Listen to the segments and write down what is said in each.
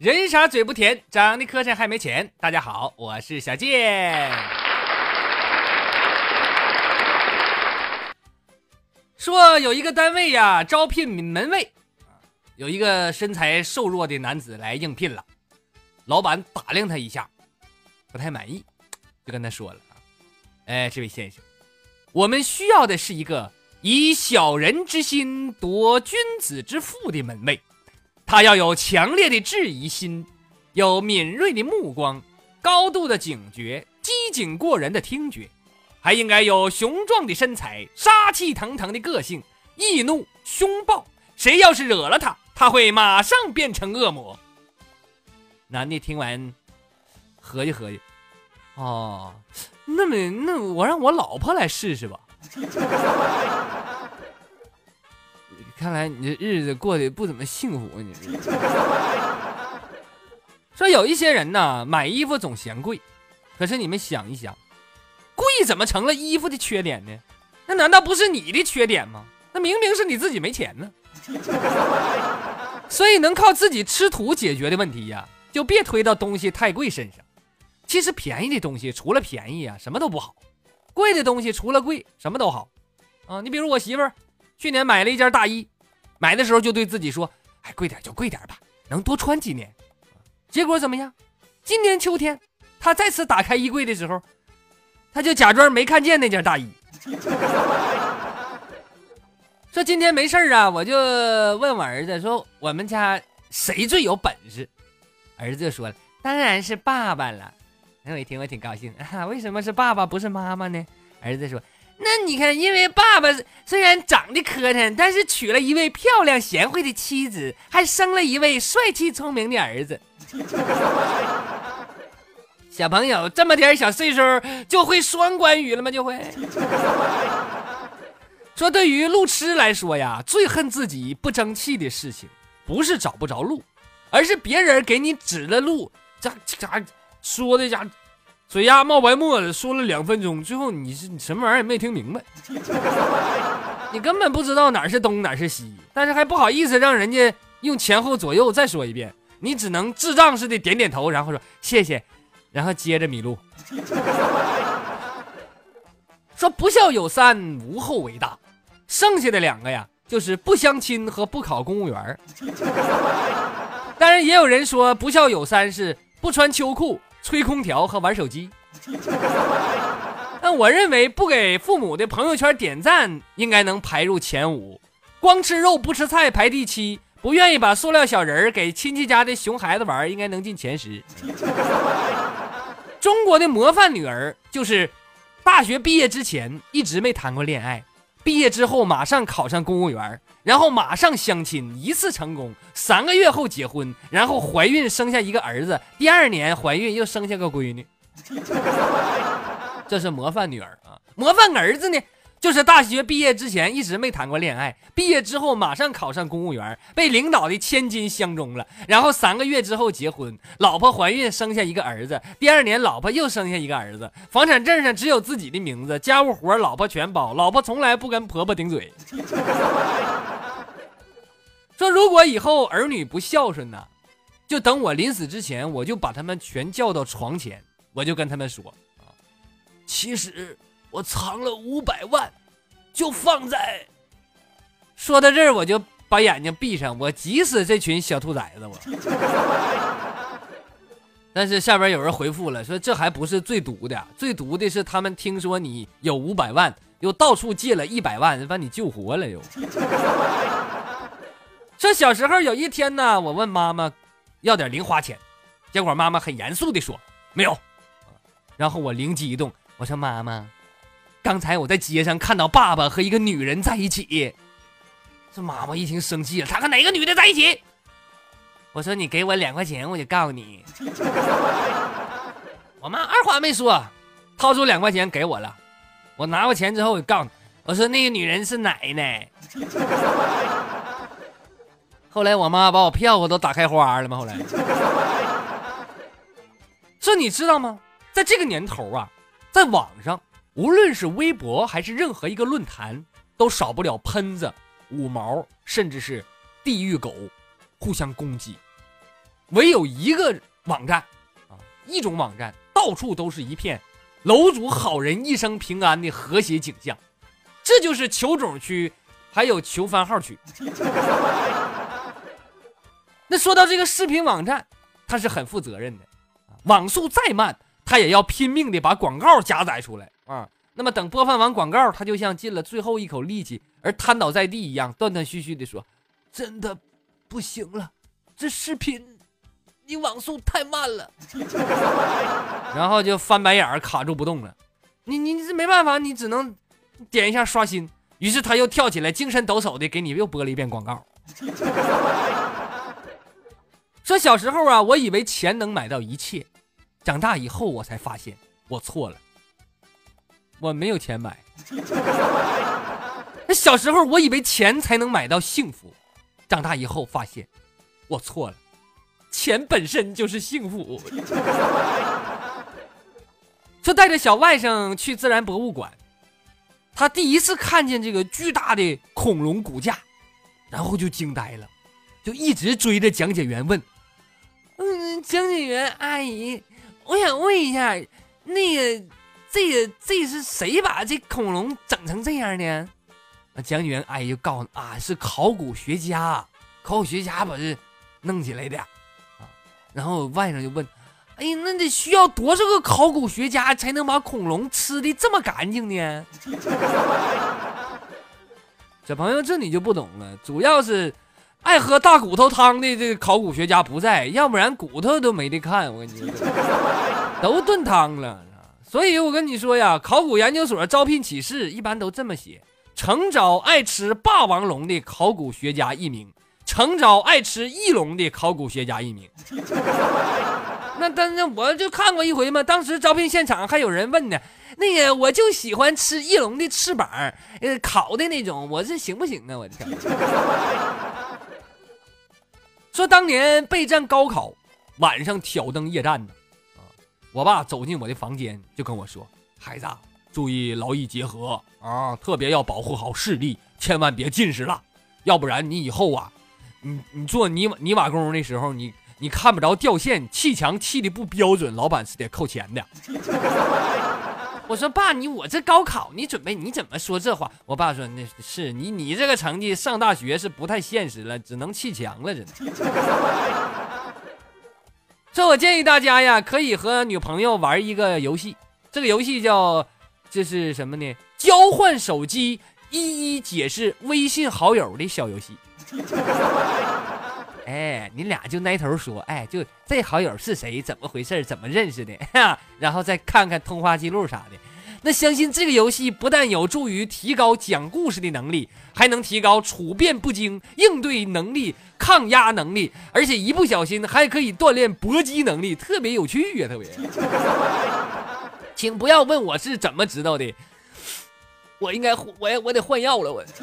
人傻嘴不甜，长得磕碜还没钱。大家好，我是小健。说有一个单位呀，招聘门卫，有一个身材瘦弱的男子来应聘了。老板打量他一下，不太满意，就跟他说了这位先生，我们需要的是一个以小人之心夺君子之腹的门卫。他要有强烈的质疑心，有敏锐的目光，高度的警觉，机警过人的听觉，还应该有雄壮的身材，杀气腾腾的个性，易怒凶暴，谁要是惹了他，他会马上变成恶魔。男的听完合计合计，那我让我老婆来试试吧。看来你这日子过得不怎么幸福，你说有一些人呢，买衣服总嫌贵，可是你们想一想，贵怎么成了衣服的缺点呢？那难道不是你的缺点吗？那明明是你自己没钱呢。所以能靠自己吃土解决的问题呀，就别推到东西太贵身上。其实便宜的东西除了便宜啊，什么都不好；贵的东西除了贵，什么都好啊。你比如我媳妇儿去年买了一件大衣，买的时候就对自己说，贵点就贵点吧，能多穿几年。结果怎么样？今年秋天她再次打开衣柜的时候，她就假装没看见那件大衣。说今天没事啊，我就问我儿子说，我们家谁最有本事？儿子就说了，当然是爸爸了。我一听我挺高兴为什么是爸爸不是妈妈呢？儿子说，那你看，因为爸爸虽然长得磕碜，但是娶了一位漂亮贤惠的妻子，还生了一位帅气聪明的儿子。小朋友这么点小岁数就会双关语了吗？就会说，对于路痴来说呀，最恨自己不争气的事情不是找不着路，而是别人给你指了路，说的嘴丫冒白沫的，说了2分钟，最后你什么玩意儿也没听明白。你根本不知道哪是东哪是西，但是还不好意思让人家用前后左右再说一遍，你只能智障似的点点头，然后说谢谢，然后接着迷路。说不孝有三，无后为大，剩下的2个呀，就是不相亲和不考公务员。当然也有人说不孝有三是不穿秋裤、吹空调和玩手机。但我认为不给父母的朋友圈点赞应该能排入前5，光吃肉不吃菜排第7，不愿意把塑料小人给亲戚家的熊孩子玩应该能进前10。中国的模范女儿就是大学毕业之前一直没谈过恋爱，毕业之后马上考上公务员，然后马上相亲1次成功，3个月后结婚，然后怀孕生下一个儿子，第2年怀孕又生下个闺女。这是模范女儿啊。模范儿子呢，就是大学毕业之前一直没谈过恋爱，毕业之后马上考上公务员，被领导的千金相中了，然后3个月之后结婚，老婆怀孕生下一个儿子，第2年老婆又生下一个儿子，房产证上只有自己的名字，家务活老婆全包，老婆从来不跟婆婆顶嘴。说如果以后儿女不孝顺呢，就等我临死之前，我就把他们全叫到床前，我就跟他们说其实我藏了500万，就放在。说到这儿我就把眼睛闭上，我急死这群小兔崽子我。但是下边有人回复了，说这还不是最毒的，最毒的是他们听说你有500万，又到处借了100万，把你救活了又。说小时候有一天呢，我问妈妈要点零花钱，结果妈妈很严肃地说没有。然后我灵机一动，我说妈妈，刚才我在街上看到爸爸和一个女人在一起。这妈妈一听生气了，他和哪个女的在一起？我说你给我2块钱我就告你。我妈二话没说，掏出2块钱给我了。我拿过钱之后我就告诉你，我说那个女人是奶奶。后来我妈把我票我都打开花了吗？后来说你知道吗，在这个年头啊，在网上无论是微博还是任何一个论坛，都少不了喷子、五毛甚至是地狱狗互相攻击。 唯有一个网站啊，一种网站，到处都是一片楼主好人一生平安的和谐景象，这就是球种区还有球番号区。那说到这个视频网站，它是很负责任的，网速再慢它也要拼命的把广告加载出来啊。那么等播放完广告，它就像尽了最后一口力气而瘫倒在地一样，断断续续的说，真的不行了，这视频你网速太慢了。然后就翻白眼卡住不动了，你这没办法，你只能点一下刷新。于是他又跳起来精神抖擞的给你又播了一遍广告。说小时候啊，我以为钱能买到一切，长大以后我才发现我错了，我没有钱买。小时候我以为钱才能买到幸福，长大以后发现我错了，钱本身就是幸福。说带着小外甥去自然博物馆，他第一次看见这个巨大的恐龙骨架，然后就惊呆了，就一直追着讲解员问，讲解员阿姨，我想问一下，那个这是谁把这恐龙整成这样的？讲解员阿姨就告诉啊，是考古学家把这弄起来的啊。然后外甥就问，哎呀，那得需要多少个考古学家才能把恐龙吃的这么干净呢？小朋友，这你就不懂了，主要是爱喝大骨头汤的这个考古学家不在，要不然骨头都没得看，我跟你说，都炖汤了。所以我跟你说呀，考古研究所招聘启事一般都这么写，诚招爱吃霸王龙的考古学家1名，诚招爱吃翼龙的考古学家1名。但是我就看过一回嘛，当时招聘现场还有人问呢，那个我就喜欢吃翼龙的翅膀，烤的那种，我这行不行啊？我这说当年备战高考，晚上挑灯夜战呢，我爸走进我的房间就跟我说，孩子注意劳逸结合啊，特别要保护好视力，千万别近视了，要不然你以后啊，你做泥瓦工的时候，你看不着掉线，砌墙砌的不标准，老板是得扣钱的。我说爸，我这高考你准备，你怎么说这话？我爸说那是你这个成绩上大学是不太现实了，只能砌墙了，真的。所以我建议大家呀，可以和女朋友玩一个游戏，这个游戏叫这是什么呢？交换手机，一一解释微信好友的小游戏。哎，你俩就那头说，哎，就这好友是谁，怎么回事，怎么认识的，然后再看看通话记录啥的。那相信这个游戏不但有助于提高讲故事的能力，还能提高处变不惊、应对能力、抗压能力，而且一不小心还可以锻炼搏击能力，特别有趣呀，特别。请不要问我是怎么知道的，我应该我得换药了，我。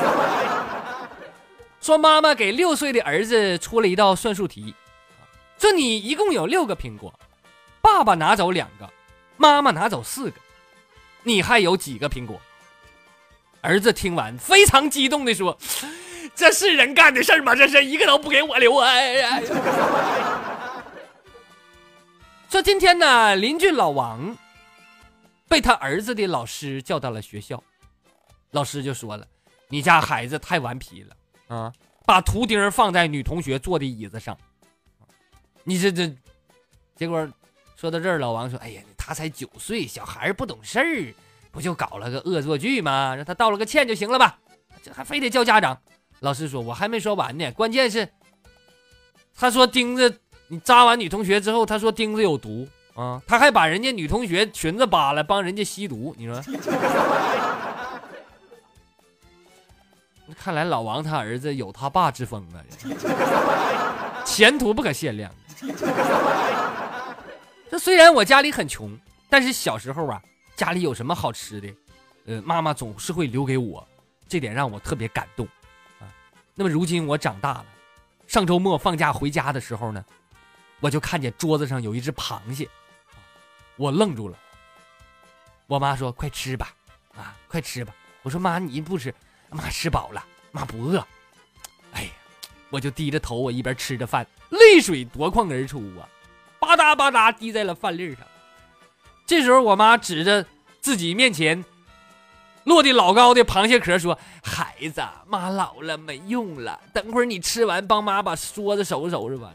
说妈妈给6岁的儿子出了一道算术题，说你一共有6个苹果，爸爸拿走2个，妈妈拿走4个，你还有几个苹果？儿子听完非常激动地说，这是人干的事吗？这是一个都不给我留啊！哎呀，说今天呢，邻居老王被他儿子的老师叫到了学校，老师就说了，你家孩子太顽皮了啊，把图钉放在女同学坐的椅子上，你这结果说到这儿，老王说，哎呀，他才9岁，小孩不懂事儿，不就搞了个恶作剧吗？让他道了个歉就行了吧，这还非得叫家长。老师说，我还没说完呢，关键是他说钉子，你扎完女同学之后，他说钉子有毒啊，他还把人家女同学裙子扒了，帮人家吸毒，你说看来老王他儿子有他爸之风啊，前途不可限量。这虽然我家里很穷，但是小时候啊，家里有什么好吃的，妈妈总是会留给我，这点让我特别感动啊。那么如今我长大了，上周末放假回家的时候呢，我就看见桌子上有一只螃蟹，我愣住了。我妈说：“快吃吧，啊，快吃吧。”我说：“妈，你不吃？”妈吃饱了，妈不饿。哎呀， 我就低着头，我一边吃着饭，泪水夺眶而出啊，吧嗒吧嗒滴在了饭粒上。这时候我妈指着自己面前落地老高的螃蟹壳说：“孩子，妈老了没用了，等会儿你吃完帮妈把桌子收拾收拾吧。”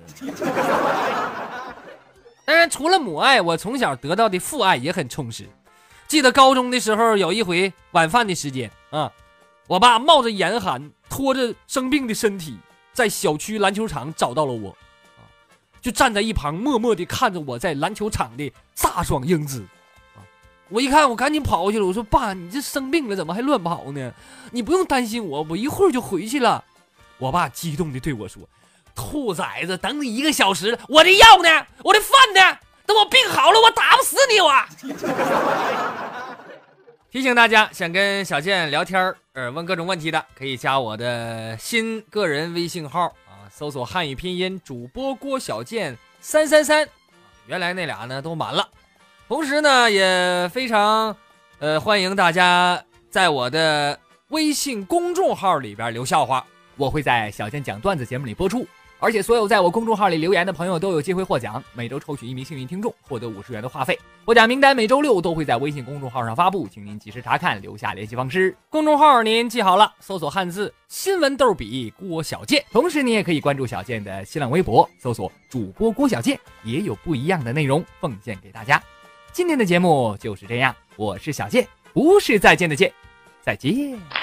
当然，除了母爱，我从小得到的父爱也很充实。记得高中的时候，有一回晚饭的时间啊，我爸冒着严寒，拖着生病的身体，在小区篮球场找到了我，就站在一旁默默地看着我在篮球场的飒爽英姿。我一看，我赶紧跑过去了，我说：“爸，你这生病了，怎么还乱跑呢？你不用担心我，我一会儿就回去了。”我爸激动地对我说：“兔崽子，等你1个小时了，我的药呢？我的饭呢？等我病好了，我打不死你我！”提醒大家，想跟小健聊天问各种问题的，可以加我的新个人微信号啊，搜索汉语拼音主播郭小健333，原来那俩呢都满了。同时呢，也非常欢迎大家在我的微信公众号里边留笑话，我会在小健讲段子节目里播出。而且所有在我公众号里留言的朋友都有机会获奖，每周抽取1名幸运听众，获得50元的话费。获奖名单每周6都会在微信公众号上发布，请您及时查看，留下联系方式。公众号您记好了，搜索汉字新闻逗比郭小健。同时你也可以关注小健的新浪微博，搜索主播郭小健，也有不一样的内容奉献给大家。今天的节目就是这样，我是小健，不是再见的见，再见。